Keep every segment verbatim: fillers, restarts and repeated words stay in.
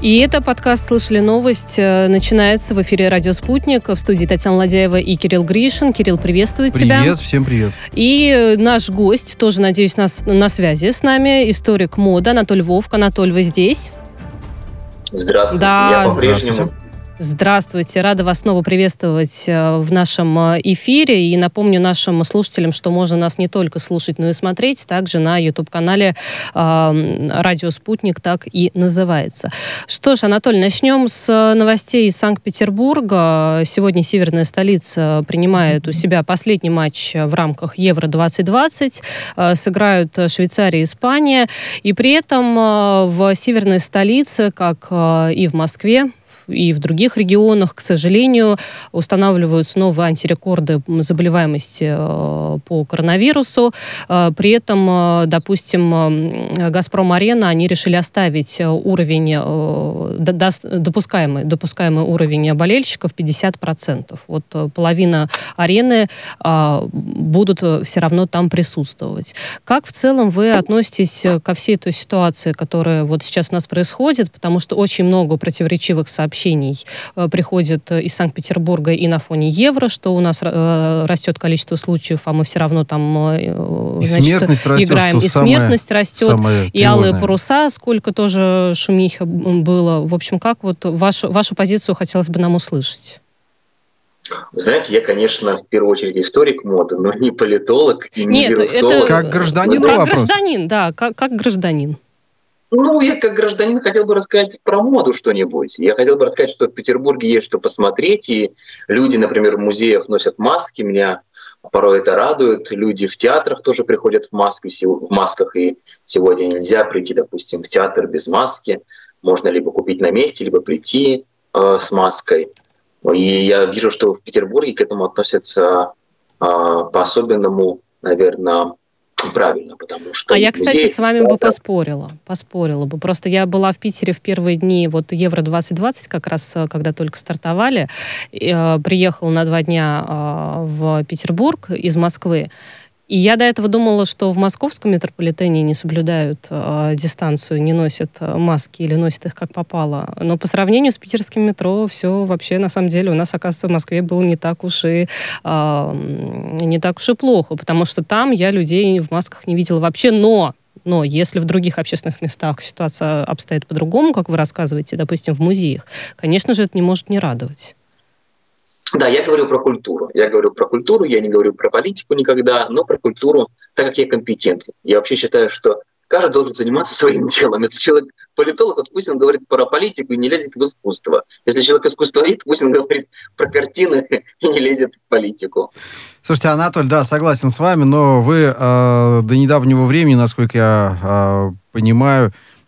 И это подкаст «Слышали новость» начинается в эфире «Радио Спутник». В студии Татьяна Ладяева и Кирилл Гришин. Кирилл, приветствую привет, тебя. Привет, всем привет. И наш гость, тоже, надеюсь, на, на связи с нами, историк моды Анатолий Вовк. Анатолий, вы здесь? Здравствуйте, да, я по-прежнему... Здравствуйте, рада вас снова приветствовать в нашем эфире. И напомню нашим слушателям, что можно нас не только слушать, но и смотреть. Также на YouTube-канале э, «Радио Спутник», так и называется. Что ж, Анатолий, начнем с новостей из Санкт-Петербурга. Сегодня северная столица принимает у себя последний матч в рамках Евро двадцать двадцать. Э, сыграют Швейцария и Испания. И при этом э, в северной столице, как э, и в Москве, и в других регионах, к сожалению, устанавливаются новые антирекорды заболеваемости э, по коронавирусу. Э, при этом, э, допустим, «Газпром-Арена», они решили оставить уровень, э, до, допускаемый, допускаемый уровень болельщиков пятьдесят процентов. Вот половина арены э, будут все равно там присутствовать. Как в целом вы относитесь ко всей этой ситуации, которая вот сейчас у нас происходит? Потому что очень много противоречивых сообщений сообщений приходит из Санкт-Петербурга и на фоне евро, что у нас э, растет количество случаев, а мы все равно там э, значит, растет, играем. И самое, смертность растет, и алые паруса, сколько тоже шумиха было. В общем, как вот вашу, вашу позицию хотелось бы нам услышать? Вы знаете, я, конечно, в первую очередь историк моды, но не политолог и не Нет, вирусолог. Это как гражданин Как вопрос. гражданин, да, как, как гражданин. Ну, я как гражданин хотел бы рассказать про моду что-нибудь. Я хотел бы рассказать, что в Петербурге есть что посмотреть, и люди, например, в музеях носят маски, меня порой это радует. Люди в театрах тоже приходят в, маске, в масках, и сегодня нельзя прийти, допустим, в театр без маски. Можно либо купить на месте, либо прийти э, с маской. И я вижу, что в Петербурге к этому относятся э, по-особенному, наверное, правильно, потому что... А я, кстати, с вами бы поспорила. Поспорила бы. Просто я была в Питере в первые дни вот Евро двадцать двадцать, как раз когда только стартовали. Э, приехала на два дня э, в Петербург из Москвы. И я до этого думала, что в московском метрополитене не соблюдают э, дистанцию, не носят маски или носят их как попало. Но по сравнению с питерским метро все вообще, на самом деле, у нас, оказывается, в Москве было не так уж и, э, не так уж и плохо, потому что там я людей в масках не видела вообще, но... Но если в других общественных местах ситуация обстоит по-другому, как вы рассказываете, допустим, в музеях, конечно же, это не может не радовать. Да, я говорю про культуру. Я говорю про культуру, я не говорю про политику никогда, но про культуру, так как я компетентен. Я вообще считаю, что каждый должен заниматься своим делом. Если человек политолог, вот пусть он говорит про политику и не лезет в искусство. Если человек искусствовед, пусть он говорит про картины и не лезет в политику. Слушайте, Анатолий, да, согласен с вами, но вы э, до недавнего времени, насколько я э, понимаю,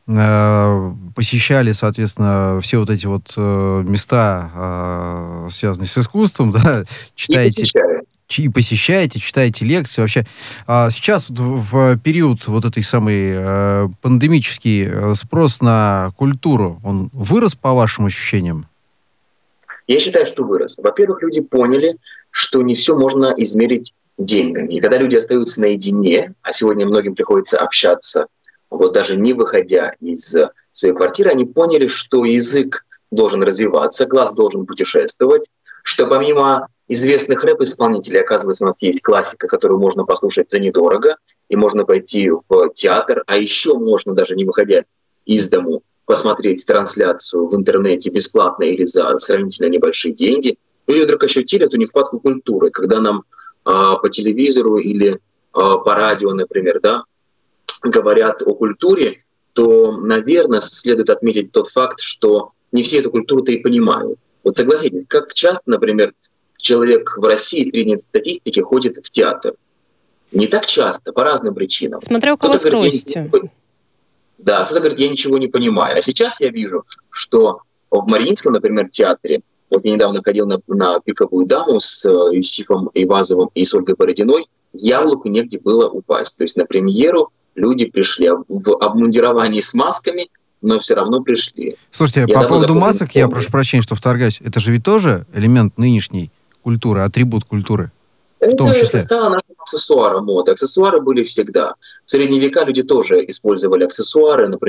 посещали, соответственно, все вот эти вот э, места, э, связанные с искусством, да, читаете... И, и посещаете, читаете лекции. Вообще, а сейчас в, в период вот этой самой э, пандемический спрос на культуру, он вырос, по вашим ощущениям? Я считаю, что вырос. Во-первых, люди поняли, что не все можно измерить деньгами. И когда люди остаются наедине, а сегодня многим приходится общаться, вот даже не выходя из своей квартиры, они поняли, что язык должен развиваться, глаз должен путешествовать, что помимо известных рэп-исполнителей, оказывается, у нас есть классика, которую можно послушать за недорого, и можно пойти в театр, а еще можно, даже не выходя из дому, посмотреть трансляцию в интернете бесплатно или за сравнительно небольшие деньги. Люди вдруг ощутили эту нехватку культуры, когда нам э, по телевизору или э, по радио, например, да, говорят о культуре, то, наверное, следует отметить тот факт, что не все эту культуру-то и понимают. Вот согласитесь, как часто, например, человек в России средней статистики ходит в театр? Не так часто, по разным причинам. Смотря у кого спросите. Да, кто-то говорит, я ничего не понимаю. А сейчас я вижу, что в Мариинском, например, театре, вот я недавно ходил на, на «Пиковую даму» с Юсифом Ивазовым и с Ольгой Бородиной, яблоку негде было упасть. То есть на премьеру люди пришли в обмундировании с масками, но все равно пришли. Слушайте, я по поводу масок, помню. Я прошу прощения, что вторгаюсь. Это же ведь тоже элемент нынешней культуры, атрибут культуры? В это, том числе. Это стало нашим аксессуаром моды. Аксессуары были всегда. В средние века люди тоже использовали аксессуары. Например,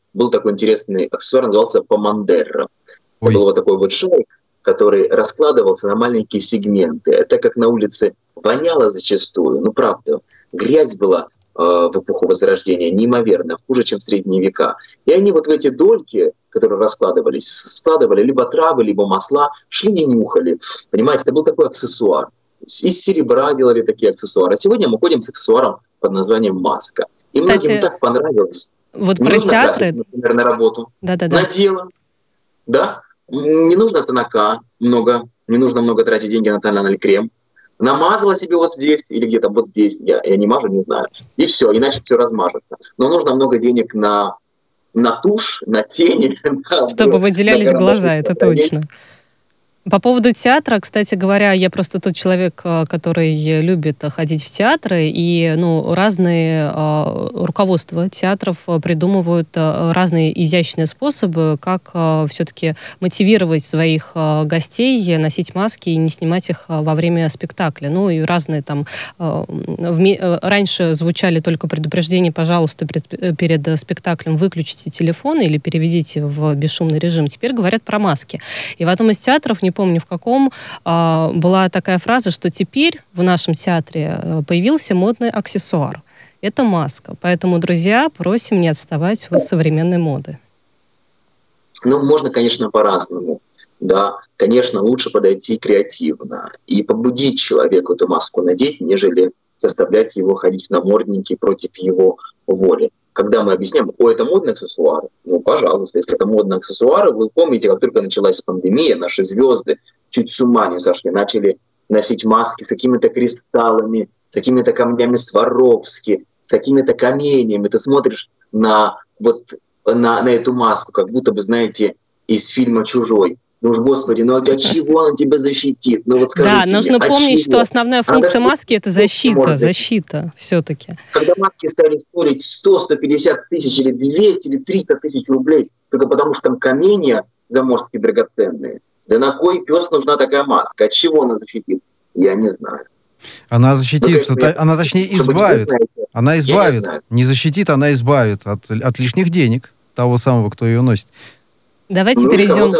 был такой интересный аксессуар, назывался помандеро. Это был вот такой вот шарик, который раскладывался на маленькие сегменты. Это как на улице воняло зачастую, ну правда, грязь была э, в эпоху Возрождения неимоверно, хуже, чем в средние века. И они вот в эти дольки, которые раскладывались, складывали либо травы, либо масла, шли и нюхали. Понимаете, это был такой аксессуар. Из серебра делали такие аксессуары. А сегодня мы ходим с аксессуаром под названием маска. И Кстати, многим так понравилось. Вот не про нужно театры... красить, например, на работу. Да-да-да. Надела. Да. Не нужно тонака много, не нужно много тратить деньги на тональный крем. Намазала себе вот здесь или где-то вот здесь. Я, я не мажу, не знаю. И все, иначе все размажется. Но нужно много денег на, на тушь, на тени. Чтобы на, выделялись на глаза, это точно. По поводу театра, кстати говоря, я просто тот человек, который любит ходить в театры, и ну, разные э, руководства театров придумывают э, разные изящные способы, как э, все-таки мотивировать своих э, гостей носить маски и не снимать их во время спектакля. Ну и разные там... Э, в, раньше звучали только предупреждения, пожалуйста, пред, перед спектаклем выключите телефон или переведите в бесшумный режим. Теперь говорят про маски. И в одном из театров, не помню в каком, была такая фраза, что теперь в нашем театре появился модный аксессуар. Это маска. Поэтому, друзья, просим не отставать от современной моды. Ну, можно, конечно, по-разному. Да, конечно, лучше подойти креативно и побудить человека эту маску надеть, нежели заставлять его ходить в намордники против его воли. Когда мы объясняем, о, это модный аксессуар, ну, пожалуйста, если это модный аксессуар, вы помните, как только началась пандемия, наши звезды чуть с ума не сошли, начали носить маски с какими-то кристаллами, с какими-то камнями Сваровски, с какими-то каменьями. Ты смотришь на, вот, на, на эту маску, как будто бы, знаете, из фильма «Чужой». Ну уж, Господи, ну от чего она тебя защитит? Ну, вот да, нужно мне, помнить, чего? что основная функция Она маски — это защита, защита все-таки. Когда маски стали стоить сто, сто пятьдесят тысяч или двести, или триста тысяч рублей, только потому что там каменья заморские драгоценные, да на кой пес нужна такая маска? От чего она защитит? Я не знаю. Она защитит, ну, конечно, она точнее избавит. Знаете, она избавит. Не, не защитит, она избавит от, от лишних денег того самого, кто ее носит. Давайте ну, перейдем...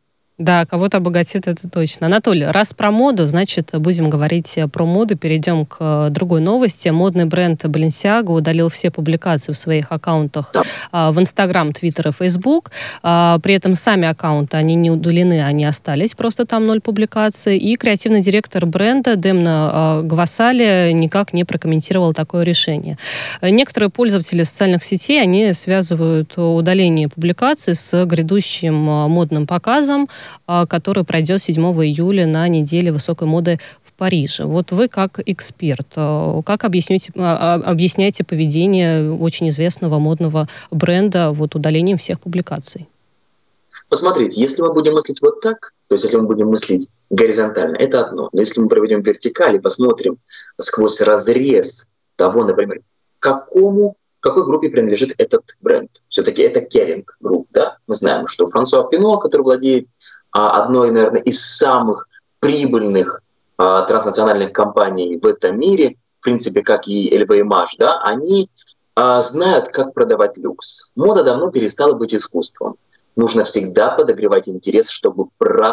Да, кого-то обогатит, это точно. Анатолий, раз про моду, значит, будем говорить про моду. Перейдем к другой новости. Модный бренд Balenciaga удалил все публикации в своих аккаунтах а, в Instagram, Twitter и Facebook. А, при этом сами аккаунты, они не удалены, они остались. Просто там ноль публикаций. И креативный директор бренда Демна а, Гвасали никак не прокомментировал такое решение. Некоторые пользователи социальных сетей, они связывают удаление публикаций с грядущим модным показом, который пройдет седьмого июля на неделе высокой моды в Париже. Вот вы как эксперт, как объясняете, объясняете поведение очень известного модного бренда вот удалением всех публикаций? Посмотрите, если мы будем мыслить вот так, то есть если мы будем мыслить горизонтально, это одно. Но если мы проведем вертикаль и посмотрим сквозь разрез того, например, какому какой группе принадлежит этот бренд. Все-таки это Kering Group, да? Мы знаем, что Франсуа Пино, который владеет а, одной, наверное, из самых прибыльных а, транснациональных компаний в этом мире, в принципе, как и эл ви эм эйч, да, они а, знают, как продавать люкс. Мода давно перестала быть искусством. Нужно всегда подогревать интерес, чтобы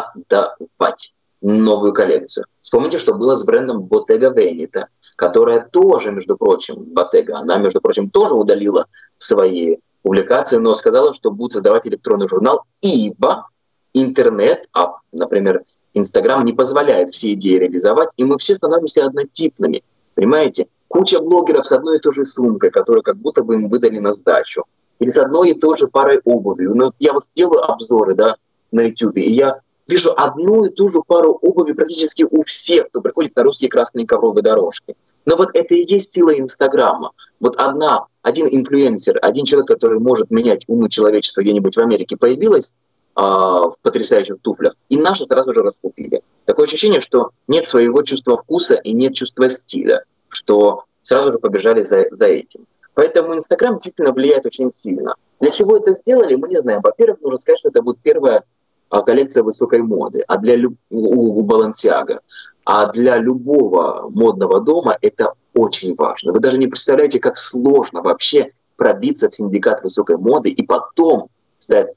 продавать новую коллекцию. Вспомните, что было с брендом Bottega Veneta, которая тоже, между прочим, Bottega, она, между прочим, тоже удалила свои публикации, но сказала, что будет создавать электронный журнал, ибо интернет, а, например, Инстаграм не позволяет все идеи реализовать, и мы все становимся однотипными. Понимаете? Куча блогеров с одной и той же сумкой, которую как будто бы им выдали на сдачу, или с одной и той же парой обуви. Но я вот делаю обзоры, да, на YouTube, и я вижу одну и ту же пару обуви практически у всех, кто приходит на русские красные ковровые дорожки. Но вот это и есть сила Инстаграма. Вот одна, один инфлюенсер, один человек, который может менять умы человечества где-нибудь в Америке, появилась а, в потрясающих туфлях, и наши сразу же раскупили. Такое ощущение, что нет своего чувства вкуса и нет чувства стиля, что сразу же побежали за, за этим. Поэтому Инстаграм действительно влияет очень сильно. Для чего это сделали, мы не знаем. Во-первых, нужно сказать, что это будет первая коллекция высокой моды, а для люб... у Balenciaga. А для любого модного дома это очень важно. Вы даже не представляете, как сложно вообще пробиться в синдикат высокой моды и потом стать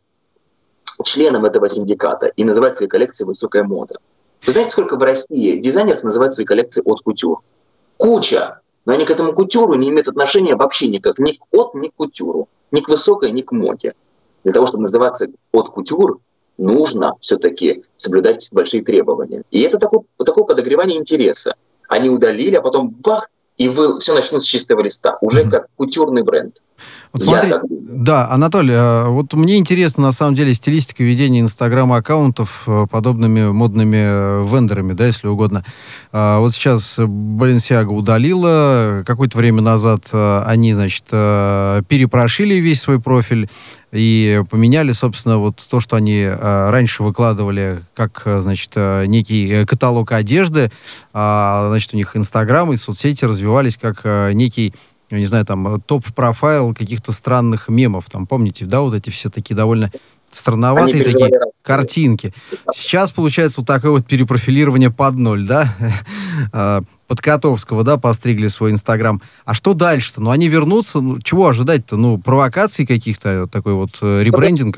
членом этого синдиката и называть свои коллекции «высокая мода». Вы знаете, сколько в России дизайнеров называют свои коллекции «от кутюр»? Куча! Но они к этому кутюру не имеют отношения вообще никак. Ни к от, ни к кутюру. Ни к высокой, ни к моде. Для того, чтобы называться «от кутюр», нужно все-таки соблюдать большие требования. И это такое, такое подогревание интереса. Они удалили, а потом бах, и вы все начнут с чистого листа. Уже mm-hmm. как кутюрный бренд. Вот смотри, да, Анатолий, вот мне интересно, на самом деле, стилистика ведения инстаграм-аккаунтов подобными модными вендорами, да, если угодно. Вот сейчас Balenciaga удалила, какое-то время назад они, значит, перепрошили весь свой профиль и поменяли, собственно, вот то, что они раньше выкладывали как, значит, некий каталог одежды, значит, у них Инстаграм и соцсети развивались как некий, я не знаю, там, топ-профайл каких-то странных мемов. Там, помните, да, вот эти все такие довольно странноватые такие раз. картинки. Сейчас, получается, вот такое вот перепрофилирование под ноль, да? Под Котовского, да, постригли свой Инстаграм. А что дальше-то? Ну, они вернутся, ну, чего ожидать-то? Ну, провокаций каких-то, такой вот ребрендинг?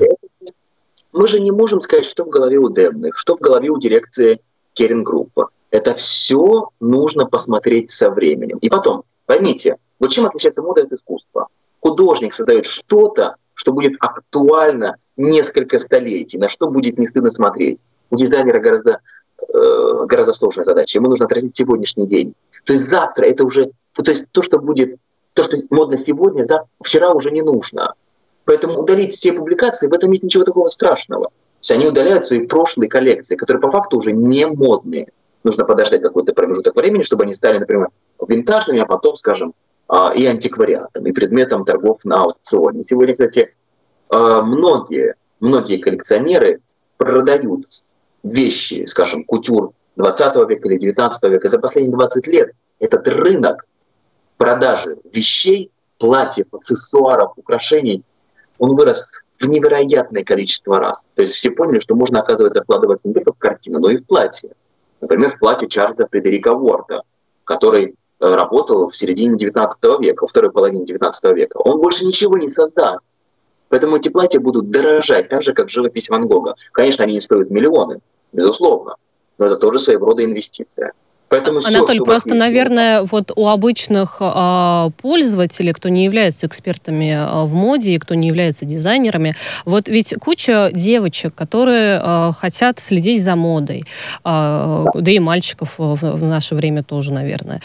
Мы же не можем сказать, что в голове у Демных, что в голове у дирекции Керин-группа. Это все нужно посмотреть со временем. И потом, поймите, вот чем отличается мода от искусства? Художник создает что-то, что будет актуально несколько столетий, на что будет не стыдно смотреть. У дизайнера гораздо, э, гораздо сложная задача. Ему нужно отразить сегодняшний день. То есть завтра это уже... То есть то, что будет... То, что модно сегодня, завтра, вчера уже не нужно. Поэтому удалить все публикации, в этом нет ничего такого страшного. То есть они удаляют свои прошлые коллекции, которые по факту уже не модные. Нужно подождать какой-то промежуток времени, чтобы они стали, например, винтажными, а потом, скажем, и антиквариатом, и предметом торгов на аукционе. Сегодня, кстати, многие, многие коллекционеры продают вещи, скажем, кутюр двадцатого века или девятнадцатого века. За последние двадцать лет этот рынок продажи вещей, платьев, аксессуаров, украшений, он вырос в невероятное количество раз. То есть все поняли, что можно, оказывается, вкладываться не только в картины, но и в платье. Например, в платье Чарльза Фредерика Уорта, который работал в середине девятнадцатого века, во второй половине девятнадцатого века. Он больше ничего не создаст. Поэтому эти платья будут дорожать, так же, как живопись Ван Гога. Конечно, они не стоят миллионы, безусловно, но это тоже своего рода инвестиция. Поэтому Анатолий, все, просто, наверное, вот у обычных э, пользователей, кто не является экспертами э, в моде и кто не является дизайнерами, вот ведь куча девочек, которые э, хотят следить за модой, э, да. да и мальчиков в, в наше время тоже, наверное.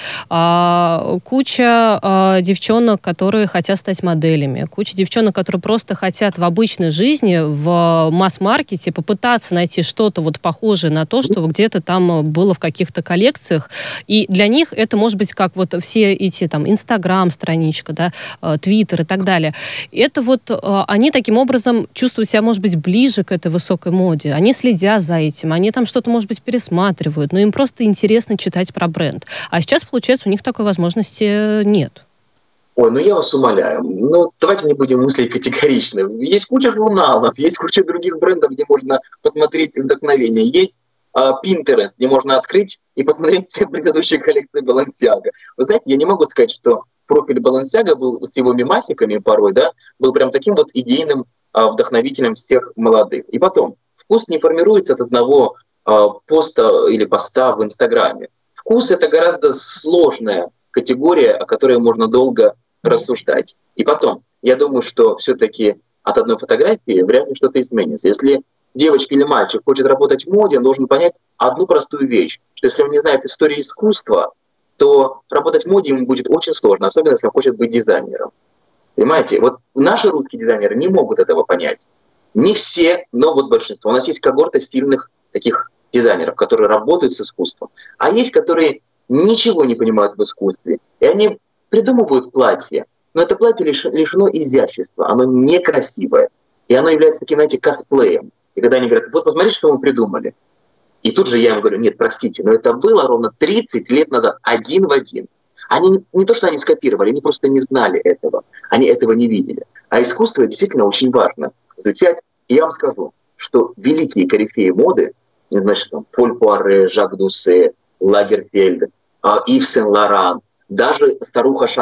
А, куча э, девчонок, которые хотят стать моделями, куча девчонок, которые просто хотят в обычной жизни, в масс-маркете попытаться найти что-то вот похожее на то, что где-то там было в каких-то коллекциях. И для них это может быть как вот все эти там Инстаграм, страничка, да, Твиттер и так далее. Это вот они таким образом чувствуют себя, может быть, ближе к этой высокой моде. Они следят за этим, они там что-то, может быть, пересматривают, но им просто интересно читать про бренд. А сейчас, получается, у них такой возможности нет. Ой, ну я вас умоляю. Ну, давайте не будем мыслить категорично. Есть куча журналов, есть куча других брендов, где можно посмотреть вдохновение. Есть Pinterest, где можно открыть и посмотреть все предыдущие коллекции Balenciaga. Вы знаете, я не могу сказать, что профиль Balenciaga был с его мемасиками порой, да, был прям таким вот идейным а, вдохновителем всех молодых. И потом, вкус не формируется от одного а, поста или поста в Инстаграме. Вкус — это гораздо сложная категория, о которой можно долго рассуждать. И потом, я думаю, что все-таки от одной фотографии вряд ли что-то изменится. Если девочка или мальчик хочет работать в моде, он должен понять одну простую вещь, что если он не знает истории искусства, то работать в моде ему будет очень сложно, особенно если он хочет быть дизайнером. Понимаете, вот наши русские дизайнеры не могут этого понять. Не все, но вот большинство. У нас есть когорта сильных таких дизайнеров, которые работают с искусством, а есть, которые ничего не понимают в искусстве, и они придумывают платье, но это платье лишено изящества, оно некрасивое, и оно является таким, знаете, косплеем. И когда они говорят, вот посмотрите, что мы придумали. И тут же я им говорю, нет, простите, но это было ровно тридцать лет назад, один в один. Они не, не то, что они скопировали, они просто не знали этого. Они этого не видели. А искусство действительно очень важно изучать. И я вам скажу, что великие корифеи моды, значит, там, Поль Пуаре, Жак Дуссе, Лагерфельд, Ив Сен-Лоран, даже старуха Шанель,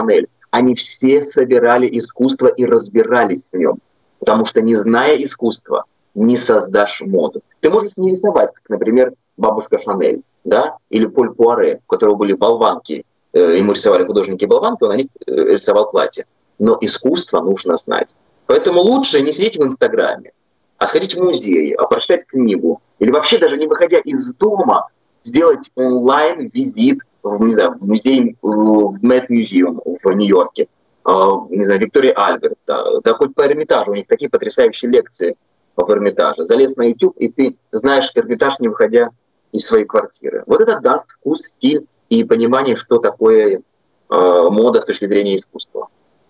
они все собирали искусство и разбирались в нем. Потому что, не зная искусства, не создашь моду. Ты можешь не рисовать, как, например, бабушка Шанель, да, или Поль Пуаре, у которого были болванки, э, ему рисовали художники болванки, он на них э, рисовал платье. Но искусство нужно знать. Поэтому лучше не сидеть в Инстаграме, а сходить в музей, а прочитать книгу. Или вообще даже не выходя из дома, сделать онлайн-визит в, не знаю, в музей, в Met Museum в Нью-Йорке, не знаю, Виктория Альберт, да, да хоть по Эрмитажу, у них такие потрясающие лекции по Эрмитажу. Залез на YouTube, и ты знаешь Эрмитаж, не выходя из своей квартиры. Вот это даст вкус, стиль и понимание, что такое э, мода с точки зрения искусства.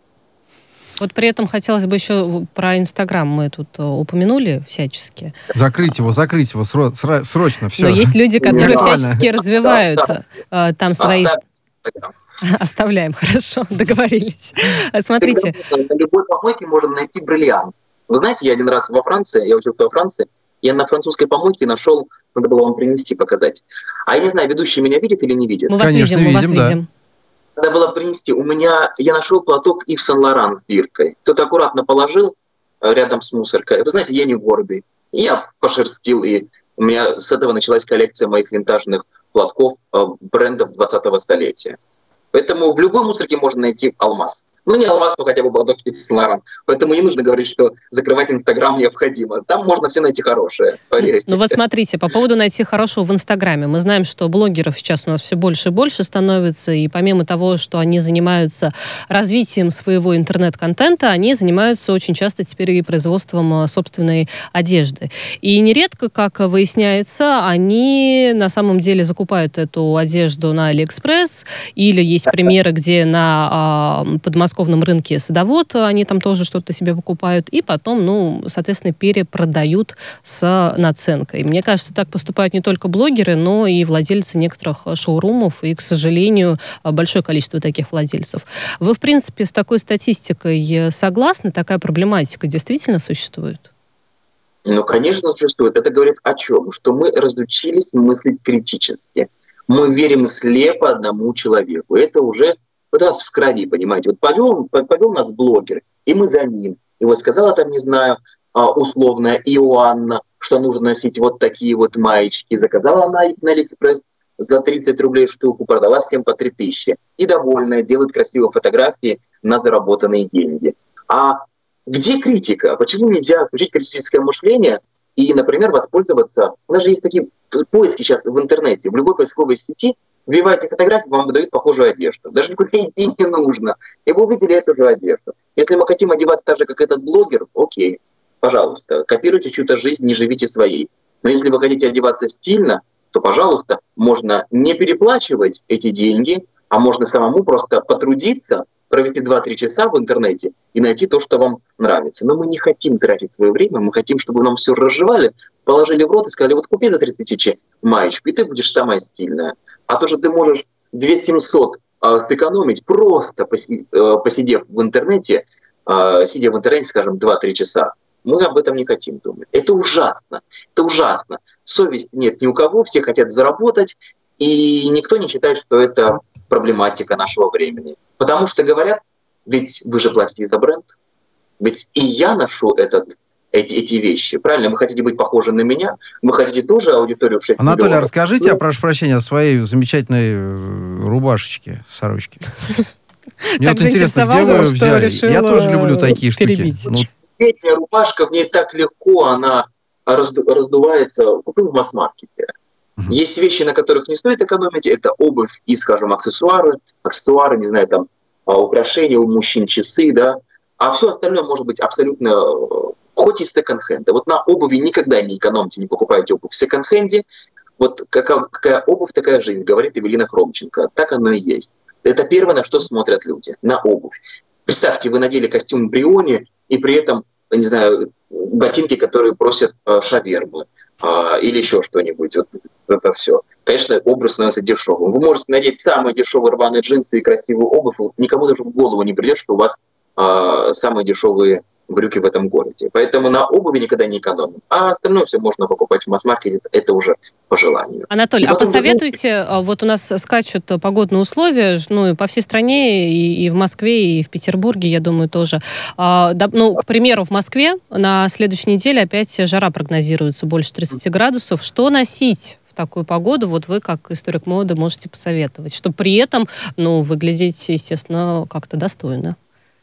Вот при этом хотелось бы еще про Инстаграм мы тут упомянули всячески. Закрыть его, закрыть его сро- сро- срочно. Все. Но есть люди, которые всячески развивают э, там свои... Оставляем, хорошо, договорились. Смотрите. На любой помойке можно найти бриллиант. Вы знаете, я один раз во Франции, я учился во Франции, я на французской помойке нашел, надо было вам принести, показать. А я не знаю, ведущий меня видит или не видит? Мы вас Конечно, видим, мы видим, вас да. видим. Надо было принести. У меня, я нашел платок Ив Сен-Лоран с биркой. Кто-то аккуратно положил рядом с мусоркой. Вы знаете, я не гордый. Я пошерстил, и у меня с этого началась коллекция моих винтажных платков брендов двадцатого столетия. Поэтому в любой мусорке можно найти алмаз. Ну, не алмаз, но хотя бы платок Ив Сен-Лоран. Поэтому не нужно говорить, что закрывать Инстаграм необходимо. Там можно все найти хорошее, поверьте. Ну вот смотрите, по поводу найти хорошего в Инстаграме. Мы знаем, что блогеров сейчас у нас все больше и больше становится, и помимо того, что они занимаются развитием своего интернет-контента, они занимаются очень часто теперь и производством собственной одежды. И нередко, как выясняется, они на самом деле закупают эту одежду на Алиэкспресс, или есть примеры, где на э, подмосковном рынке Садовод они там тоже что-то себе покупают, и потом, ну, соответственно, перепродают с наценкой. Мне кажется, так поступают не только блогеры, но и владельцы некоторых шоурумов, и, к сожалению, большое количество таких владельцев. Вы, в принципе, с такой статистикой согласны? Такая проблематика действительно существует? Ну, конечно, существует. Это говорит о чем? Что мы разучились мыслить критически. Мы верим слепо одному человеку. Это уже вот у нас в крови, понимаете. Вот повел, повел нас блогер, и мы за ним. И вот сказала там, не знаю, условная Иоанна, что нужно носить вот такие вот маечки. Заказала она их на Алиэкспресс за тридцать рублей штуку, продала всем по три тысячи. И довольная, делает красивые фотографии на заработанные деньги. А где критика? Почему нельзя включить критическое мышление и, например, воспользоваться... У нас же есть такие поиски сейчас в интернете, в любой поисковой сети. Вбиваете фотографию, вам выдают похожую одежду. Даже никуда идти не нужно. И вы увидели эту же одежду. Если мы хотим одеваться так же, как этот блогер, окей, пожалуйста, копируйте чью-то жизнь, не живите своей. Но если вы хотите одеваться стильно, то, пожалуйста, можно не переплачивать эти деньги, а можно самому просто потрудиться, провести два-три часа в интернете и найти то, что вам нравится. Но мы не хотим тратить свое время, мы хотим, чтобы нам все разжевали, положили в рот и сказали, вот купи за три тысячи маечку, и ты будешь самая стильная. А то, что ты можешь две тысячи семьсот э, сэкономить, просто поси, э, посидев в интернете, э, сидя в интернете, скажем, два-три часа, мы об этом не хотим думать. Это ужасно, это ужасно. Совести нет ни у кого, все хотят заработать, и никто не считает, что это проблематика нашего времени. Потому что говорят, ведь вы же платите за бренд, ведь и я ношу этот, эти, эти вещи. Правильно? Вы хотите быть похожи на меня? Вы хотите тоже аудиторию в шесть Анатолий, миллионов? расскажите, ну, я прошу прощения, о своей замечательной рубашечке, сорочке. Мне вот интересно, где вы взяли? Я тоже люблю такие штуки. Летняя рубашка, в ней так легко, она раздувается. Купил в масс-маркете. Есть вещи, на которых не стоит экономить. Это обувь и, скажем, аксессуары. Аксессуары, не знаю, там, украшения у мужчин, часы, да. А все остальное может быть абсолютно, хоть и секонд-хенда. Вот на обуви никогда не экономьте, не покупайте обувь в секонд-хенде. Вот какая, какая обувь, такая жизнь, говорит Эвелина Хромченко. Так оно и есть. Это первое, на что смотрят люди, на обувь. Представьте, вы надели костюм Бриони, и при этом, не знаю, ботинки, которые просят шавермы. Или еще что-нибудь. Вот это все. Конечно, образ становится дешевым. Вы можете надеть самые дешевые рваные джинсы и красивую обувь. Никому даже в голову не придет, что у вас а, самые дешевые брюки в этом городе. Поэтому на обуви никогда не экономим. А остальное все можно покупать в масс-маркете, это уже по желанию. Анатолий, а посоветуйте, вы... вот у нас скачут погодные условия, ну, и по всей стране, и, и в Москве, и в Петербурге, я думаю, тоже. А, да, ну, к примеру, в Москве на следующей неделе опять жара прогнозируется, больше тридцати градусов. Что носить в такую погоду? Вот вы, как историк моды, можете посоветовать, чтобы при этом, ну, выглядеть, естественно, как-то достойно.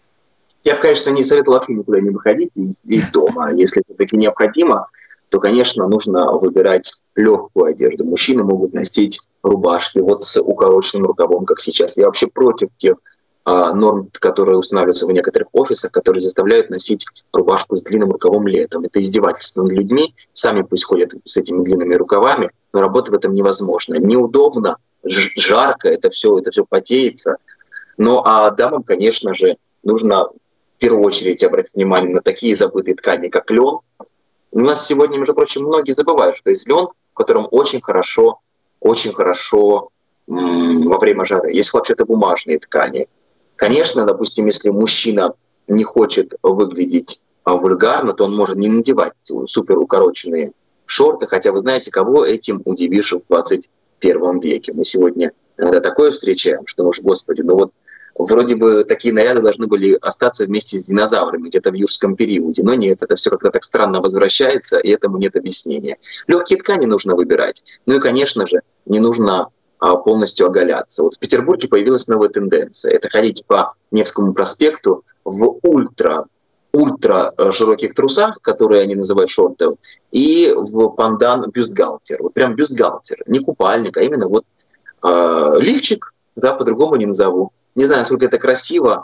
Я бы, конечно, не советовал вообще никуда не выходить и сидеть дома. Если все-таки необходимо, то, конечно, нужно выбирать легкую одежду. Мужчины могут носить рубашки вот с укороченным рукавом, как сейчас. Я вообще против тех а, норм, которые устанавливаются в некоторых офисах, которые заставляют носить рубашку с длинным рукавом летом. Это издевательство над людьми. Сами пусть ходят с этими длинными рукавами, но работать в этом невозможно. Неудобно, жарко, это все, это все потеется. Ну а дамам, конечно же, нужно в первую очередь обратить внимание на такие забытые ткани, как лен. У нас сегодня, между прочим, многие забывают, что есть лен, в котором очень хорошо, очень хорошо м- во время жары. Есть хлопчатобумажные ткани. Конечно, допустим, если мужчина не хочет выглядеть а, вульгарно, то он может не надевать супер укороченные шорты, хотя вы знаете, кого этим удивишь в двадцать первом веке. Мы сегодня иногда такое встречаем, что уж, господи, ну вот вроде бы такие наряды должны были остаться вместе с динозаврами где-то в юрском периоде, но нет, это все как-то так странно возвращается, и этому нет объяснения. Легкие ткани нужно выбирать. Ну и, конечно же, не нужно а, полностью оголяться. Вот в Петербурге появилась новая тенденция. Это ходить по Невскому проспекту в ультра, ультра широких трусах, которые они называют шортом, и в пандан бюстгальтер. Вот прям бюстгальтер, не купальник, а именно вот э, лифчик, да, по-другому не назову. Не знаю, насколько это красиво,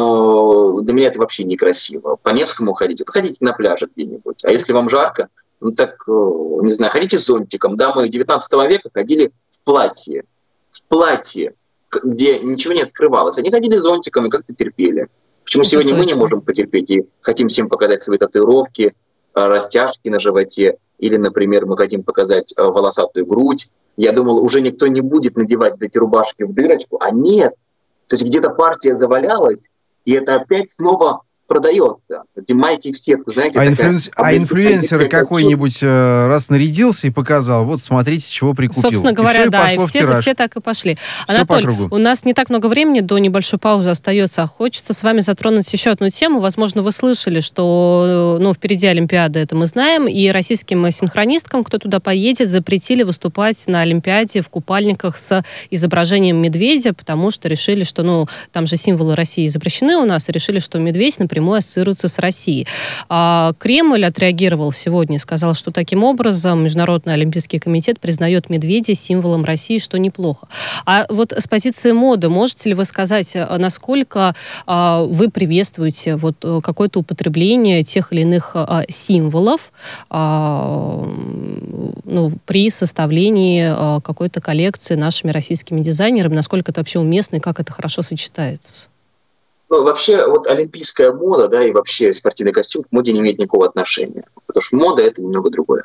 но для меня это вообще некрасиво. По Невскому ходить, вот ходите на пляже где-нибудь. А если вам жарко, ну так, не знаю, ходите с зонтиком. Дамы девятнадцатого века ходили в платье. В платье, где ничего не открывалось. Они ходили с зонтиком и как-то терпели. Почему это сегодня точно. Мы не можем потерпеть и хотим всем показать свои татуировки, растяжки на животе, или, например, мы хотим показать волосатую грудь. Я думал, уже никто не будет надевать эти рубашки в дырочку, а нет. То есть где-то партия завалялась, и это опять снова продается. Эти майки в сетку, знаете. А, такая, инфлюенс... а инфлюенсер какой-нибудь э, раз нарядился и показал, вот смотрите, чего прикупил. Собственно говоря, и да, и все, все так и пошли. Все Анатолий, у нас не так много времени, до небольшой паузы остается. Хочется с вами затронуть еще одну тему. Возможно, вы слышали, что ну, впереди Олимпиада, это мы знаем, и российским синхронисткам, кто туда поедет, запретили выступать на Олимпиаде в купальниках с изображением медведя, потому что решили, что ну, там же символы России запрещены у нас, и решили, что медведь, например, ассоциируется с Россией. А Кремль отреагировал сегодня и сказал, что таким образом Международный Олимпийский комитет признает медведя символом России, что неплохо. А вот с позиции моды можете ли вы сказать, насколько а, вы приветствуете вот какое-то употребление тех или иных а, символов а, ну, при составлении а, какой-то коллекции нашими российскими дизайнерами, насколько это вообще уместно и как это хорошо сочетается? Ну, вообще, вот олимпийская мода, да, и вообще спортивный костюм к моде не имеет никакого отношения. Потому что мода — это немного другое.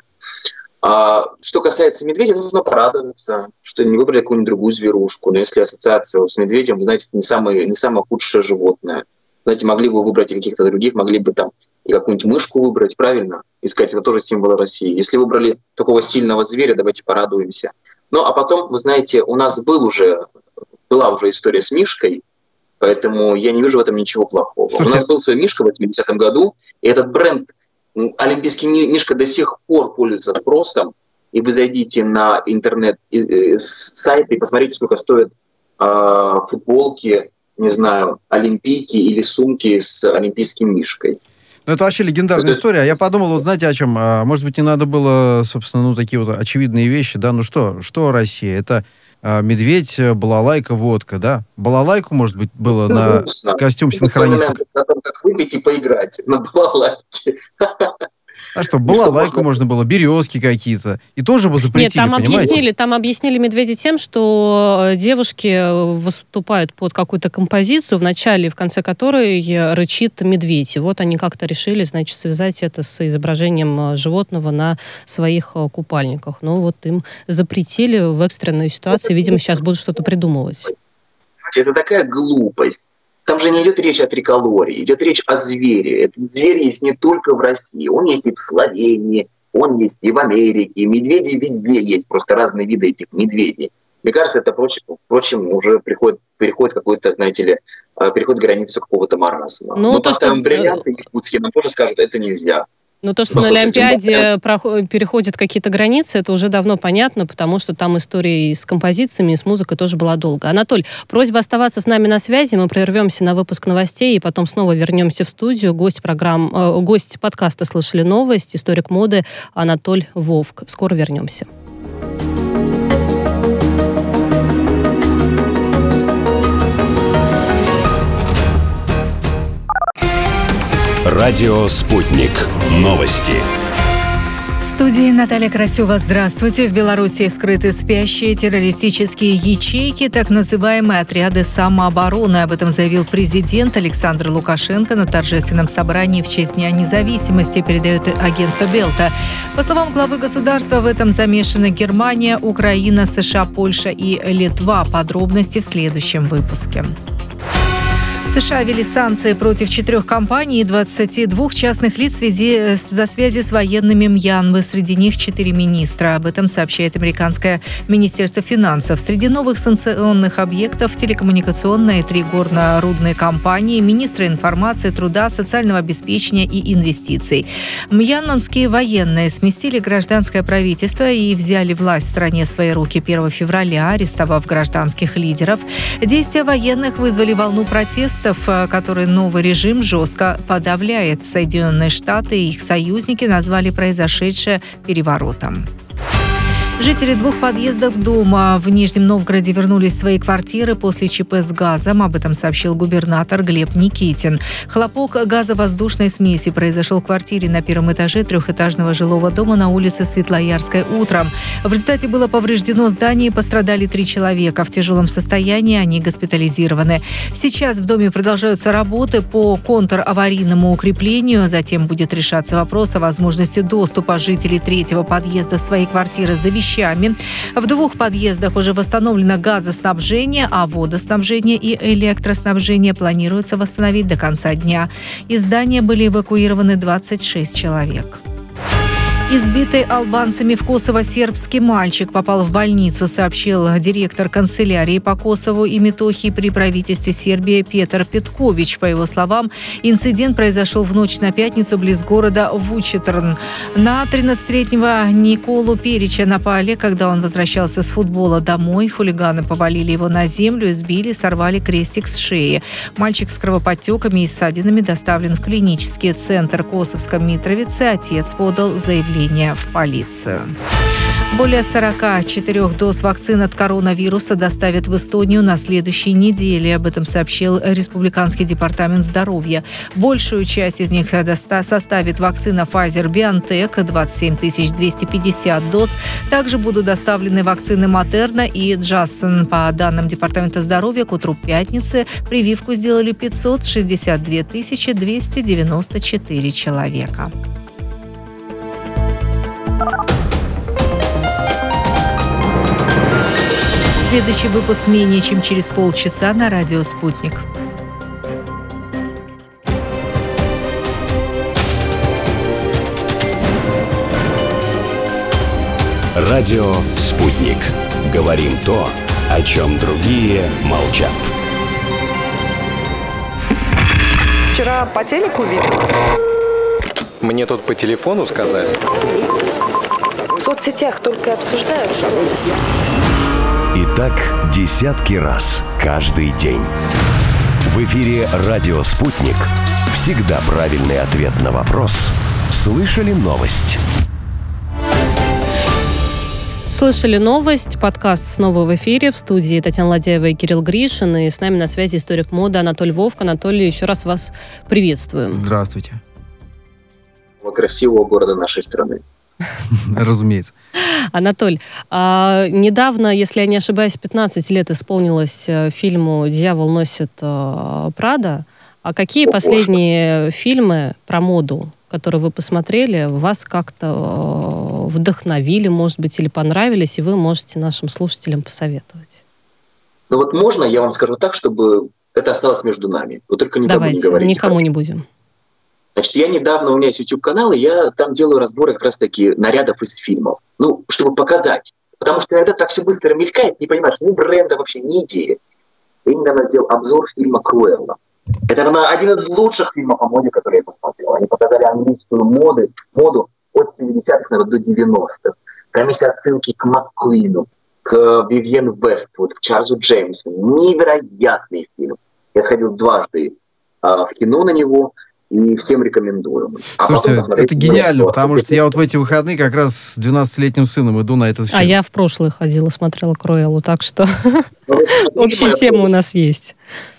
А что касается медведя, нужно порадоваться, что не выбрали какую-нибудь другую зверушку. Но если ассоциация с медведем, вы знаете, это не самое, не самое худшее животное. Знаете, могли бы выбрать и каких-то других, могли бы там и какую-нибудь мышку выбрать, правильно? И сказать, это тоже символ России. Если выбрали такого сильного зверя, давайте порадуемся. Ну, а потом, вы знаете, у нас был уже, была уже история с мишкой, поэтому я не вижу в этом ничего плохого. Слушайте, у нас был свой мишка в восьмидесятом году, и этот бренд, олимпийский мишка, до сих пор пользуется спросом. И вы зайдите на интернет-сайт и посмотрите, сколько стоят э, футболки, не знаю, олимпийки или сумки с олимпийским мишкой. Ну, это вообще легендарная это... история. Я подумал, вот знаете, о чем? Может быть, не надо было, собственно, ну, такие вот очевидные вещи, да? Ну что, что Россия? Это а, медведь, балалайка, водка, да? Балалайку, может быть, было ну, на грустно. Костюм синхрониста. Как выпить и поиграть на балалайке. А что, балалайку можно было, березки какие-то. И тоже бы запретили, Нет, там понимаете? объяснили, там объяснили медведи тем, что девушки выступают под какую-то композицию, в начале и в конце которой рычит медведь. И вот они как-то решили, значит, связать это с изображением животного на своих купальниках. Но вот им запретили в экстренной ситуации. Видимо, сейчас будут что-то придумывать. Это такая глупость. там же не идет речь о триколоре, идет речь о звере. Этот зверь есть не только в России, он есть и в Словении, он есть и в Америке, и медведи везде есть, просто разные виды этих медведей. Мне кажется, это, впрочем, уже приходит, переходит какой-то, знаете ли, переходит границу какого-то маразма. Ну, Мы то, поставим что... бриллианты якутские, нам тоже скажут, это нельзя. Но то, что Просто на Олимпиаде проход... переходят какие-то границы, это уже давно понятно, потому что там история и с композициями, и с музыкой тоже была долго. Анатоль, просьба оставаться с нами на связи. Мы прервемся на выпуск новостей и потом снова вернемся в студию. Гость программ... э, гость подкаста «Слышали новость», историк моды Анатоль Вовк. Скоро вернемся. Радио «Спутник». Новости. В студии Наталья Красева. Здравствуйте. В Беларуси вскрыты спящие террористические ячейки, так называемые отряды самообороны. Об этом заявил президент Александр Лукашенко на торжественном собрании в честь Дня независимости, передает агентство Белта. По словам главы государства, в этом замешаны Германия, Украина, США, Польша и Литва. Подробности в следующем выпуске. США ввели санкции против четырех компаний и двадцати двух частных лиц в связи за связи с военными Мьянмы. Среди них четыре министра. Об этом сообщает американское министерство финансов. Среди новых санкционных объектов телекоммуникационные, три горно-рудные компании, министры информации, труда, социального обеспечения и инвестиций. Мьянманские военные сместили гражданское правительство и взяли власть в стране в свои руки первого февраля, арестовав гражданских лидеров. Действия военных вызвали волну протестов, который новый режим жестко подавляет. Соединенные Штаты и их союзники назвали произошедшее переворотом. Жители двух подъездов дома в Нижнем Новгороде вернулись в свои квартиры после ЧП с газом. Об этом сообщил губернатор Глеб Никитин. Хлопок газовоздушной смеси произошел в квартире на первом этаже трехэтажного жилого дома на улице Светлоярской утром. В результате было повреждено здание и пострадали три человека. В тяжелом состоянии они госпитализированы. Сейчас в доме продолжаются работы по контраварийному укреплению. Затем будет решаться вопрос о возможности доступа жителей третьего подъезда в свои квартиры за вещами. В двух подъездах уже восстановлено газоснабжение, а водоснабжение и электроснабжение планируется восстановить до конца дня. Из здания были эвакуированы двадцать шесть человек. Избитый албанцами в Косово сербский мальчик попал в больницу, сообщил директор канцелярии по Косову и Метохии при правительстве Сербии Петр Петкович. По его словам, инцидент произошел в ночь на пятницу близ города Вучетрн. На тринадцатилетнего Николу Перича напали, когда он возвращался с футбола домой. Хулиганы повалили его на землю, избили, сорвали крестик с шеи. Мальчик с кровоподтеками и ссадинами доставлен в клинический центр Косовском Митровице. Отец подал заявление в полицию. Более сорока четырёх доз вакцин от коронавируса доставят в Эстонию на следующей неделе. Об этом сообщил Республиканский департамент здоровья. Большую часть из них составит вакцина Pfizer-BioNTech, двадцать семь тысяч двести пятьдесят доз. Также будут доставлены вакцины Moderna и Janssen. По данным Департамента здоровья, к утру пятницы прививку сделали пятьсот шестьдесят две тысячи двести девяносто четыре человека. Следующий выпуск менее чем через полчаса на радио «Спутник». Радио «Спутник». Говорим то, о чем другие молчат. Вчера по телеку видел. Мне тут по телефону сказали. В соцсетях только обсуждают, что... И так десятки раз каждый день. В эфире «Радио Спутник». Всегда правильный ответ на вопрос. Слышали новость? Слышали новость. Подкаст снова в эфире. В студии Татьяна Ладяева и Кирилл Гришин. И с нами на связи историк моды Анатоль Вовк. Анатолий, еще раз вас приветствуем. Здравствуйте. Красивого города нашей страны. Разумеется. Анатоль, а, недавно, если я не ошибаюсь, пятнадцать лет исполнилось фильму «Дьявол носит а, Прада». А какие О, последние Боже. фильмы про моду, которые вы посмотрели, вас как-то а, вдохновили, может быть, или понравились, и вы можете нашим слушателям посоветовать? Ну вот можно, я вам скажу так, чтобы это осталось между нами. Вы только никому Давайте, не говорите. Никому не будем. Значит, я недавно, у меня есть YouTube-канал, и я там делаю разборы как раз-таки нарядов из фильмов. Ну, чтобы показать. Потому что иногда так все быстро мелькает, не понимаешь, ни бренда вообще, ни идеи. Я недавно сделал обзор фильма «Круэлла». Это один из лучших фильмов о моде, которые я посмотрел. Они показали английскую моду, моду от семидесятых, наверное, до девяностых. Там есть отсылки к МакКуину, к Вивьен Вествуд, к Чарльзу Джеймсу. Невероятный фильм. Я сходил дважды а, в кино на него, и всем рекомендую. Слушайте, а это гениально, потому что я вот в эти выходные как раз с двенадцатилетним сыном иду на этот фильм. А я в прошлое ходила, смотрела «Круэллу», так что общая тема у нас есть.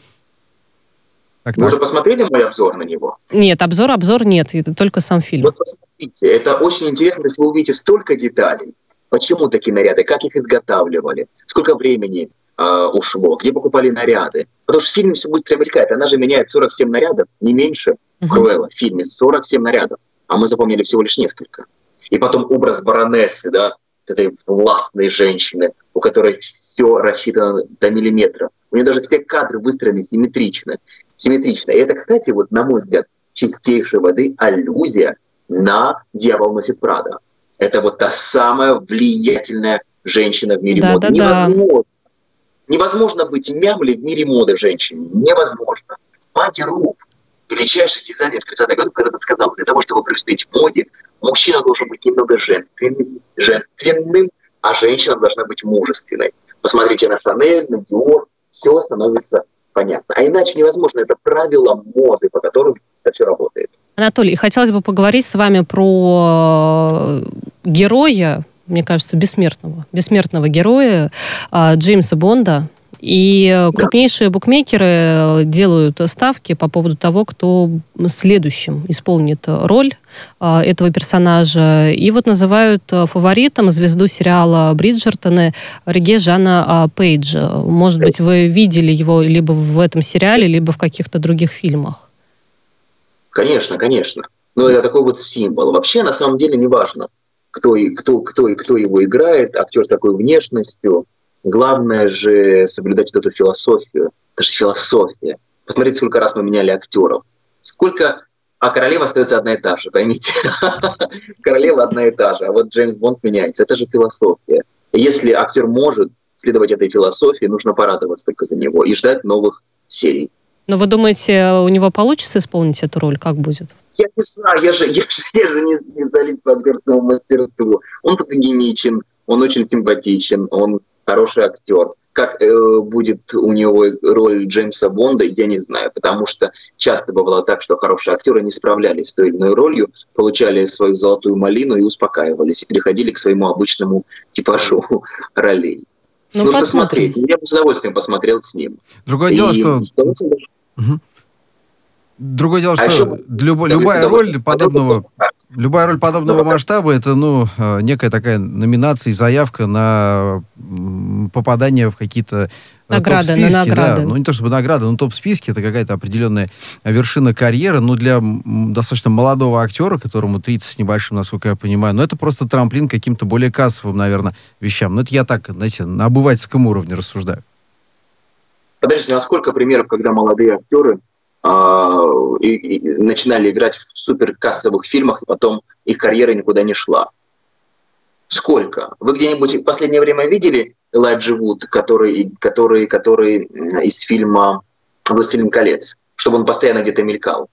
Так, Вы так. уже посмотрели мой обзор на него? Нет, обзор, обзор нет, это только сам фильм. Вот посмотрите, это очень интересно, то есть вы увидите столько деталей. Почему такие наряды, как их изготавливали, сколько времени э, ушло, где покупали наряды. Потому что в фильме все быстро мелькает. Она же меняет сорок семь нарядов, не меньше. Uh-huh. Круэлла в фильме сорок семь нарядов, а мы запомнили всего лишь несколько. И потом образ баронессы, да, этой властной женщины, у которой все рассчитано до миллиметра. У нее даже все кадры выстроены симметрично. симметрично. И это, кстати, вот, на мой взгляд, чистейшей воды аллюзия на «Дьявол носит Прада». Это вот та самая влиятельная женщина в мире да, моды. Да, невозможно. Да. невозможно быть мямли в мире моды женщине. Невозможно. Пати Руф, величайший дизайнер тридцатых годов, когда-то сказал, для того, чтобы преуспеть в моде, мужчина должен быть немного женственным, женственным, а женщина должна быть мужественной. Посмотрите на Шанель, на Диор, все становится понятно. А иначе невозможно. Это правила моды, по которым это все работает. Анатолий, хотелось бы поговорить с вами про героя, мне кажется, бессмертного, бессмертного героя Джеймса Бонда. И крупнейшие букмекеры делают ставки по поводу того, кто следующим исполнит роль этого персонажа. И вот называют фаворитом звезду сериала «Бриджертоны» Реге Жана Пейджа. Может быть, вы видели его либо в этом сериале, либо в каких-то других фильмах? Конечно, конечно. Но это такой вот символ. Вообще, на самом деле, не важно, кто, и, кто, кто, и кто его играет, актер с такой внешностью. Главное же соблюдать вот эту философию. Это же философия. Посмотрите, сколько раз мы меняли актеров. Сколько... А королева остается одна и та же, поймите. Королева одна и та же, а вот Джеймс Бонд меняется. Это же философия. И если актер может следовать этой философии, нужно порадоваться только за него и ждать новых серий. Но вы думаете, у него получится исполнить эту роль? Как будет? Я не знаю, я же, я же, я же не специалист по актерскому мастерству. Он фотогеничен, он очень симпатичен, он хороший актер. Как э, будет у него роль Джеймса Бонда, я не знаю, потому что часто бывало так, что хорошие актеры не справлялись с той или иной ролью, получали свою золотую малину и успокаивались, и переходили к своему обычному типажу ролей. Ну, нужно посмотрим. смотреть. Я бы с удовольствием посмотрел с ним. Другое и... дело, что... Угу. Другое дело, а что люб... любая роль подобного, любая роль подобного масштаба, это, ну, некая такая номинация и заявка на попадание в какие-то награды, топ-списки. На награды. Да. Ну, не то чтобы награды, но топ-списки, это какая-то определенная вершина карьеры. Ну, для достаточно молодого актера, которому тридцать с небольшим, насколько я понимаю, но это просто трамплин к каким-то более кассовым, наверное, вещам. Но это я так, знаете, на обывательском уровне рассуждаю. Подождите, а сколько примеров, когда молодые актеры э, и, и начинали играть в суперкассовых фильмах, и потом их карьера никуда не шла? Сколько? Вы где-нибудь в последнее время видели Элайджа Вуд, который, который, который из фильма «Властелин колец», чтобы он постоянно где-то мелькал?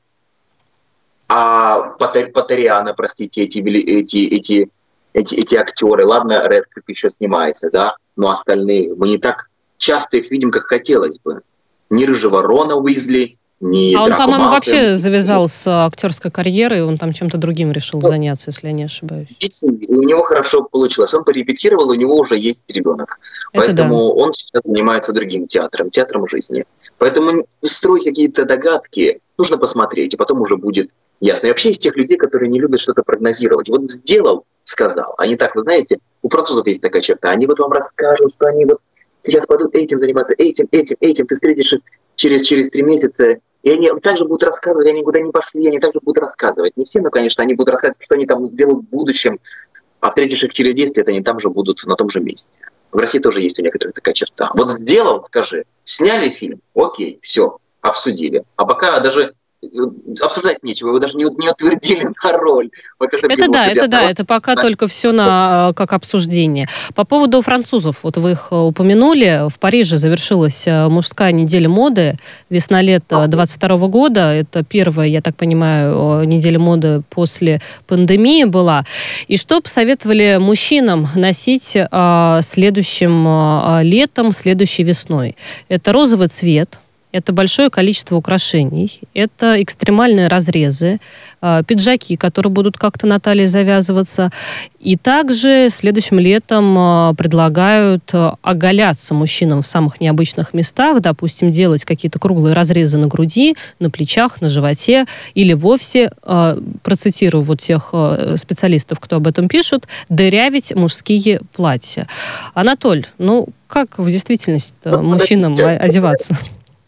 А Патериана, простите, эти, эти, эти, эти, эти актеры, ладно, Рэдклифф еще снимается, да, но остальные, мы не так часто их видим, как хотелось бы. Ни Рыжего Рона Уизли, ни А он, Драко по-моему, Малфоя. вообще завязал с актерской карьерой, он там чем-то другим решил ну, заняться, если я не ошибаюсь. У него хорошо получилось. Он порепетировал, у него уже есть ребенок. Это Поэтому да. он сейчас занимается другим театром, театром жизни. Поэтому строить какие-то догадки нужно посмотреть, и потом уже будет ясно. И вообще из тех людей, которые не любят что-то прогнозировать. Вот сделал, сказал. Они так, вы знаете, у французов есть такая черта. Они вот вам расскажут, что они вот сейчас пойдут этим заниматься, этим, этим, этим. Ты встретишь их через, через три месяца, и они также будут рассказывать, они никуда не пошли, они также будут рассказывать. Не все, но, конечно, они будут рассказывать, что они там сделают в будущем, а встретишь их через десять лет, они там же будут на том же месте. В России тоже есть у некоторых такая черта. Вот сделал, скажи, сняли фильм, окей, все, обсудили. А пока даже обсуждать нечего, его даже не, не утвердили на роль. Вот это это да, это да, роль. это пока да. только все на, как обсуждение. По поводу французов, вот вы их упомянули, в Париже завершилась мужская неделя моды, весна-лето двадцать второго года, это первая, я так понимаю, неделя моды после пандемии была. И что посоветовали мужчинам носить а, следующим а, летом, следующей весной? Это розовый цвет, это большое количество украшений, это экстремальные разрезы, э, пиджаки, которые будут как-то на талии завязываться. И также следующим летом э, предлагают э, оголяться мужчинам в самых необычных местах, допустим, делать какие-то круглые разрезы на груди, на плечах, на животе, или вовсе, э, процитирую вот тех э, специалистов, кто об этом пишут, дырявить мужские платья. Анатоль, ну как в действительности мужчинам одеваться?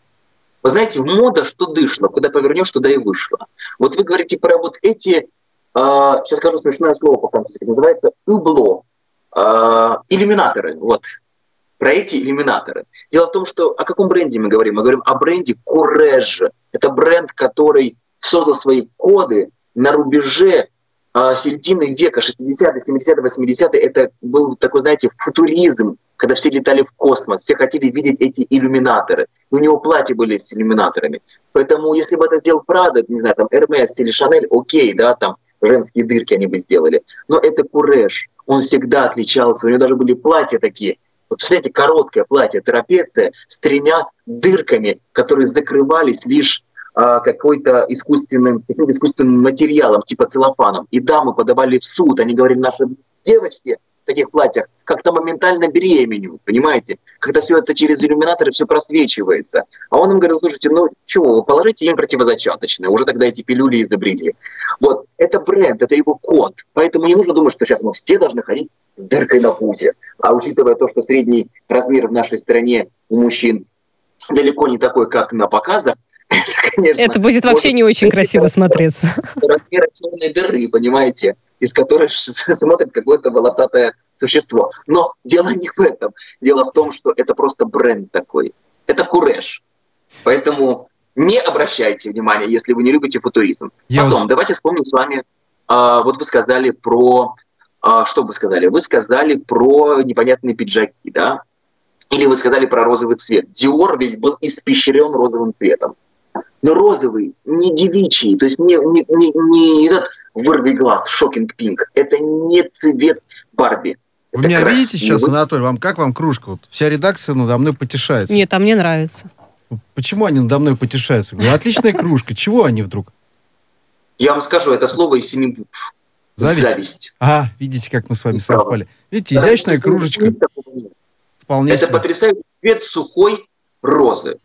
Вы знаете, мода, что дышло, куда повернешь, туда и вышло. Вот вы говорите про вот эти, э, сейчас скажу смешное слово по-французски, называется «убло», э, иллюминаторы, вот, про эти иллюминаторы. Дело в том, что о каком бренде мы говорим? Мы говорим о бренде Courrèges. Это бренд, который создал свои коды на рубеже э, середины века, шестидесятые, семидесятые, восьмидесятые. Это был такой, знаете, футуризм, когда все летали в космос, все хотели видеть эти иллюминаторы. У него платья были с иллюминаторами. Поэтому, если бы это делал Prada, не знаю, там Hermès или Chanel, окей, да, там женские дырки они бы сделали. Но это Courrèges. Он всегда отличался. У него даже были платья такие. Вот, представляете, короткое платье, трапеция с тремя дырками, которые закрывались лишь а, какой-то искусственным, каким-то искусственным материалом, типа целлофаном. И дамы подавали в суд. Они говорили, наши девочки в таких платьях как-то моментально беременеют, понимаете? Когда все это через иллюминаторы все просвечивается. А он им говорил, слушайте, ну чего, вы положите им противозачаточное. Уже тогда эти пилюли изобрели. Вот, это бренд, это его код. Поэтому не нужно думать, что сейчас мы все должны ходить с дыркой на пузе. А учитывая то, что средний размер в нашей стране у мужчин далеко не такой, как на показах, это, конечно, это будет вообще не очень красиво смотреться. Размер черной дыры, понимаете? Из которой смотрит какое-то волосатое существо. Но дело не в этом. Дело в том, что это просто бренд такой. Это Courrèges. Поэтому не обращайте внимания, если вы не любите футуризм. Я Потом, вас... давайте вспомним с вами, а, вот вы сказали про... А, что вы сказали? Вы сказали про непонятные пиджаки, да? Или вы сказали про розовый цвет. Диор весь был испещрен розовым цветом. Но розовый, не девичий, то есть не, не, не, не этот вырви глаз, шокинг пинк. Это не цвет Барби. Вы это меня краш. Видите сейчас, вы... Анатолий? Вам как вам кружка? Вот вся редакция надо мной потешается. Нет, а мне нравится. Почему они надо мной потешаются? Говорю, отличная кружка. Чего они вдруг? Я вам скажу, это слово из семи букв. Зависть? Зависть. А, видите, как мы с вами совпали. Видите, изящная кружечка. Вполне это потрясающий цвет сухой розы.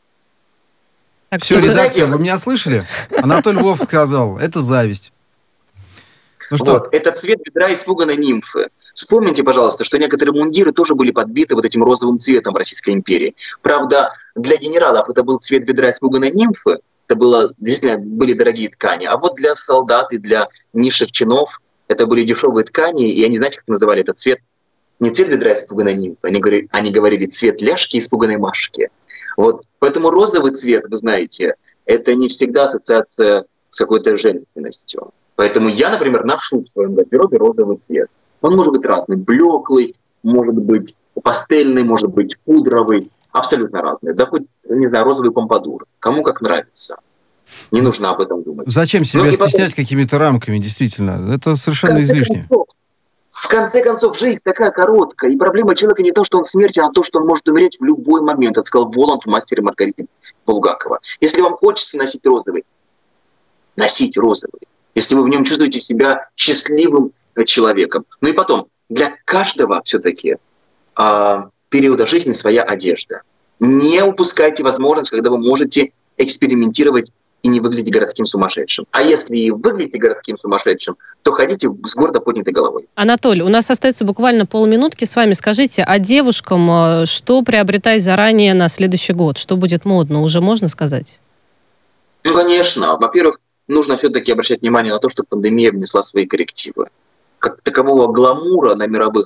Так, все, редакция, вы меня слышали? Анатолий Вов сказал, это зависть. Ну что? Вот, это цвет бедра испуганной нимфы. Вспомните, пожалуйста, что некоторые мундиры тоже были подбиты вот этим розовым цветом в Российской империи. Правда, для генералов это был цвет бедра испуганной нимфы, это было, действительно были дорогие ткани, а вот для солдат и для низших чинов это были дешевые ткани, и они, знаете, как называли этот цвет? Не цвет бедра испуганной нимфы, они говорили, они говорили цвет ляжки испуганной Машки. Вот. Поэтому розовый цвет, вы знаете, это не всегда ассоциация с какой-то женственностью. Поэтому я, например, ношу в своем гардеробе розовый цвет. Он может быть разный, блеклый, может быть пастельный, может быть пудровый, абсолютно разный. Да хоть, не знаю, розовый помпадур. Кому как нравится. Не нужно об этом думать. Зачем себя ну, стеснять потом... какими-то рамками, действительно? Это совершенно излишне. Концов, в конце концов, жизнь такая короткая, и проблема человека не то, что он смертен, а то, что он может умереть в любой момент. Это сказал Воланд в «Мастере Маргариты» Булгакова. Если вам хочется носить розовый, носите розовый. Если вы в нем чувствуете себя счастливым человеком. Ну и потом, для каждого все-таки э, периода жизни своя одежда. Не упускайте возможность, когда вы можете экспериментировать и не выглядеть городским сумасшедшим. А если и выглядите городским сумасшедшим, то ходите с гордо поднятой головой. Анатолий, у нас остается буквально полминутки с вами. Скажите, а девушкам что приобретать заранее на следующий год? Что будет модно? Уже можно сказать? Ну, конечно. Во-первых, нужно все-таки обращать внимание на то, что пандемия внесла свои коррективы. Как такового гламура на мировых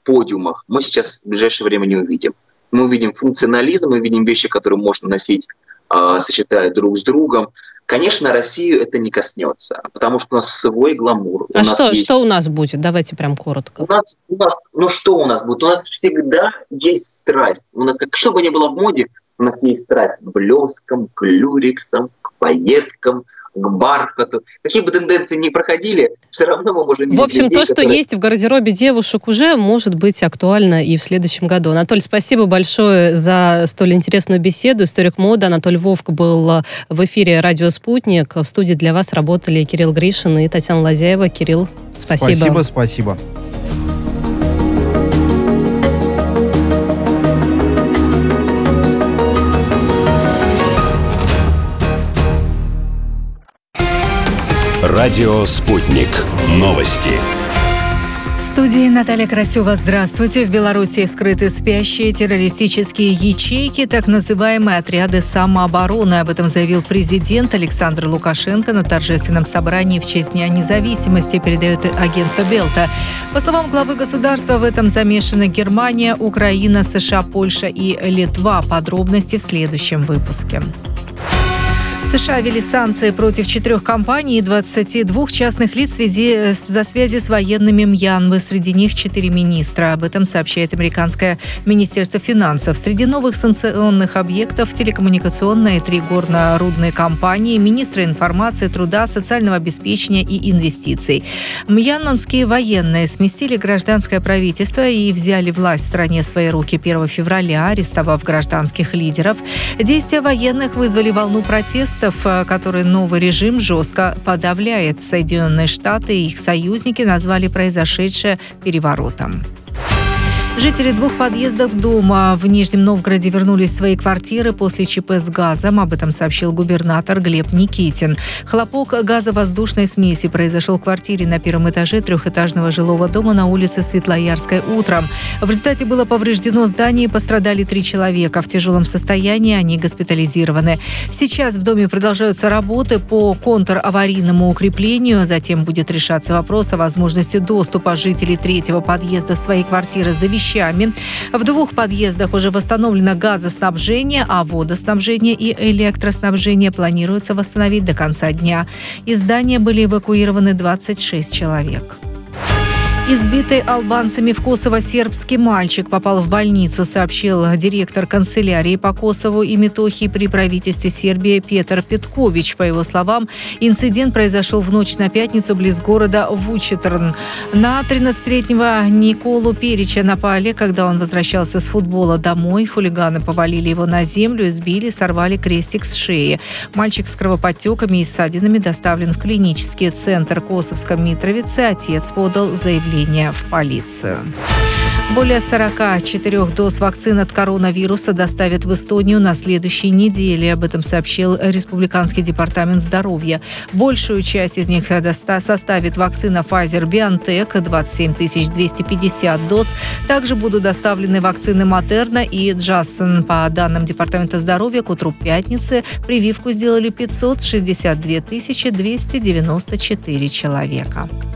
подиумах мы сейчас в ближайшее время не увидим. Мы увидим функционализм, мы увидим вещи, которые можно носить, э, сочетая друг с другом. Конечно, Россию это не коснется, потому что у нас свой гламур. А у что, есть... что у нас будет? Давайте прям коротко. У нас, у нас, ну что у нас будет? У нас всегда есть страсть. У нас, как, что бы ни было в моде, у нас есть страсть к блескам, к люрексам, к пайеткам, к бархату. Какие бы тенденции ни проходили, все равно мы можем... В общем, людей, то, что которые... есть в гардеробе девушек, уже может быть актуально и в следующем году. Анатолий, спасибо большое за столь интересную беседу. Историк моды Анатолий Вовк был в эфире «Радио Спутник». В студии для вас работали Кирилл Гришин и Татьяна Ладяева. Кирилл, спасибо. Спасибо, спасибо. Радио «Спутник». Новости. В студии Наталья Красюва. Здравствуйте. В Беларуси вскрыты спящие террористические ячейки, так называемые отряды самообороны. Об этом заявил президент Александр Лукашенко на торжественном собрании в честь Дня независимости, передает агентство Белта. По словам главы государства, в этом замешаны Германия, Украина, США, Польша и Литва. Подробности в следующем выпуске. США ввели санкции против четырех компаний и двадцати двух частных лиц в связи за связи с военными Мьянмы. Среди них четыре министра. Об этом сообщает американское министерство финансов. Среди новых санкционных объектов телекоммуникационные, три горно-рудные компании, министры информации, труда, социального обеспечения и инвестиций. Мьянманские военные сместили гражданское правительство и взяли власть в стране в свои руки первого февраля, арестовав гражданских лидеров. Действия военных вызвали волну протестов, который новый режим жестко подавляет. Соединенные Штаты и их союзники назвали произошедшее переворотом. Жители двух подъездов дома в Нижнем Новгороде вернулись в свои квартиры после ЧП с газом. Об этом сообщил губернатор Глеб Никитин. Хлопок газовоздушной смеси произошел в квартире на первом этаже трехэтажного жилого дома на улице Светлоярской утром. В результате было повреждено здание и пострадали три человека. В тяжелом состоянии они госпитализированы. Сейчас в доме продолжаются работы по контраварийному укреплению. Затем будет решаться вопрос о возможности доступа жителей третьего подъезда в свои квартиры за вещами. В двух подъездах уже восстановлено газоснабжение, а водоснабжение и электроснабжение планируется восстановить до конца дня. Из здания были эвакуированы двадцать шесть человек. Избитый албанцами в Косово сербский мальчик попал в больницу, сообщил директор канцелярии по Косову и Метохии при правительстве Сербии Петр Петкович. По его словам, инцидент произошел в ночь на пятницу близ города Вучетрн. На тринадцатилетнего Николу Перича напали, когда он возвращался с футбола домой. Хулиганы повалили его на землю, избили, сорвали крестик с шеи. Мальчик с кровоподтеками и ссадинами доставлен в клинический центр Косовском Митровице. Отец подал заявление в полицию. Более сорока четырёх доз вакцин от коронавируса доставят в Эстонию на следующей неделе. Об этом сообщил Республиканский департамент здоровья. Большую часть из них составит вакцина Pfizer-BioNTech, двадцать семь тысяч двести пятьдесят доз. Также будут доставлены вакцины Moderna и Janssen. По данным Департамента здоровья, к утру пятницы прививку сделали пятьсот шестьдесят две тысячи двести девяносто четыре человека.